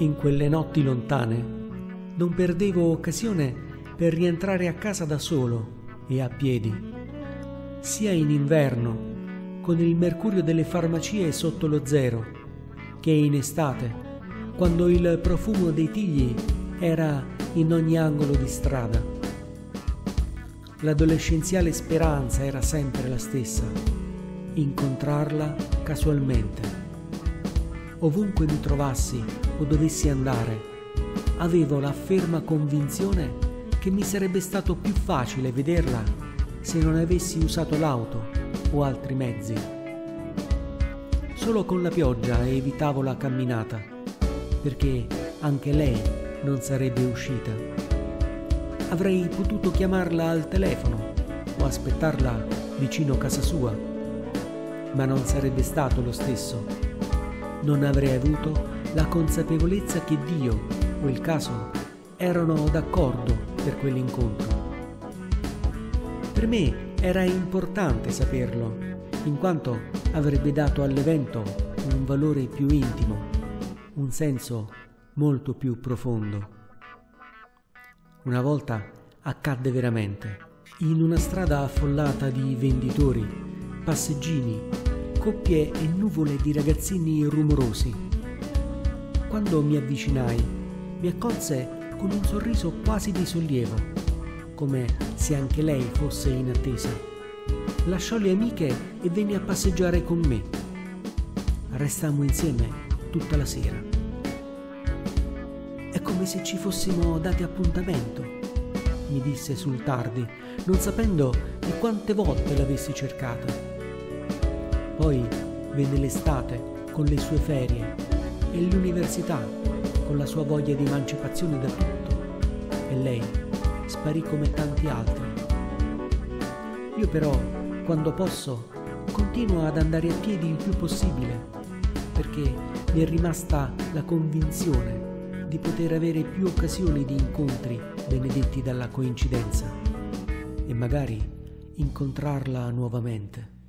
In quelle notti lontane non perdevo occasione per rientrare a casa da solo e a piedi, sia in inverno, con il mercurio delle farmacie sotto lo zero, che in estate, quando il profumo dei tigli era in ogni angolo di strada. L'adolescenziale speranza era sempre la stessa: incontrarla casualmente. Ovunque mi trovassi o dovessi andare, avevo la ferma convinzione che mi sarebbe stato più facile vederla se non avessi usato l'auto o altri mezzi. Solo con la pioggia evitavo la camminata, perché anche lei non sarebbe uscita. Avrei potuto chiamarla al telefono o aspettarla vicino casa sua, ma non sarebbe stato lo stesso. Non avrei avuto la consapevolezza che Dio o il caso erano d'accordo per quell'incontro. Per me era importante saperlo, in quanto avrebbe dato all'evento un valore più intimo, un senso molto più profondo. Una volta accadde veramente, in una strada affollata di venditori, passeggini, coppie e nuvole di ragazzini rumorosi. Quando mi avvicinai, mi accolse con un sorriso quasi di sollievo, come se anche lei fosse in attesa. Lasciò le amiche e venne a passeggiare con me. Restammo insieme tutta la sera. È come se ci fossimo dati appuntamento, mi disse sul tardi, non sapendo di quante volte l'avessi cercata. Poi venne l'estate con le sue ferie e l'università con la sua voglia di emancipazione da tutto, e lei sparì come tanti altri. Io però, quando posso, continuo ad andare a piedi il più possibile, perché mi è rimasta la convinzione di poter avere più occasioni di incontri benedetti dalla coincidenza e magari incontrarla nuovamente.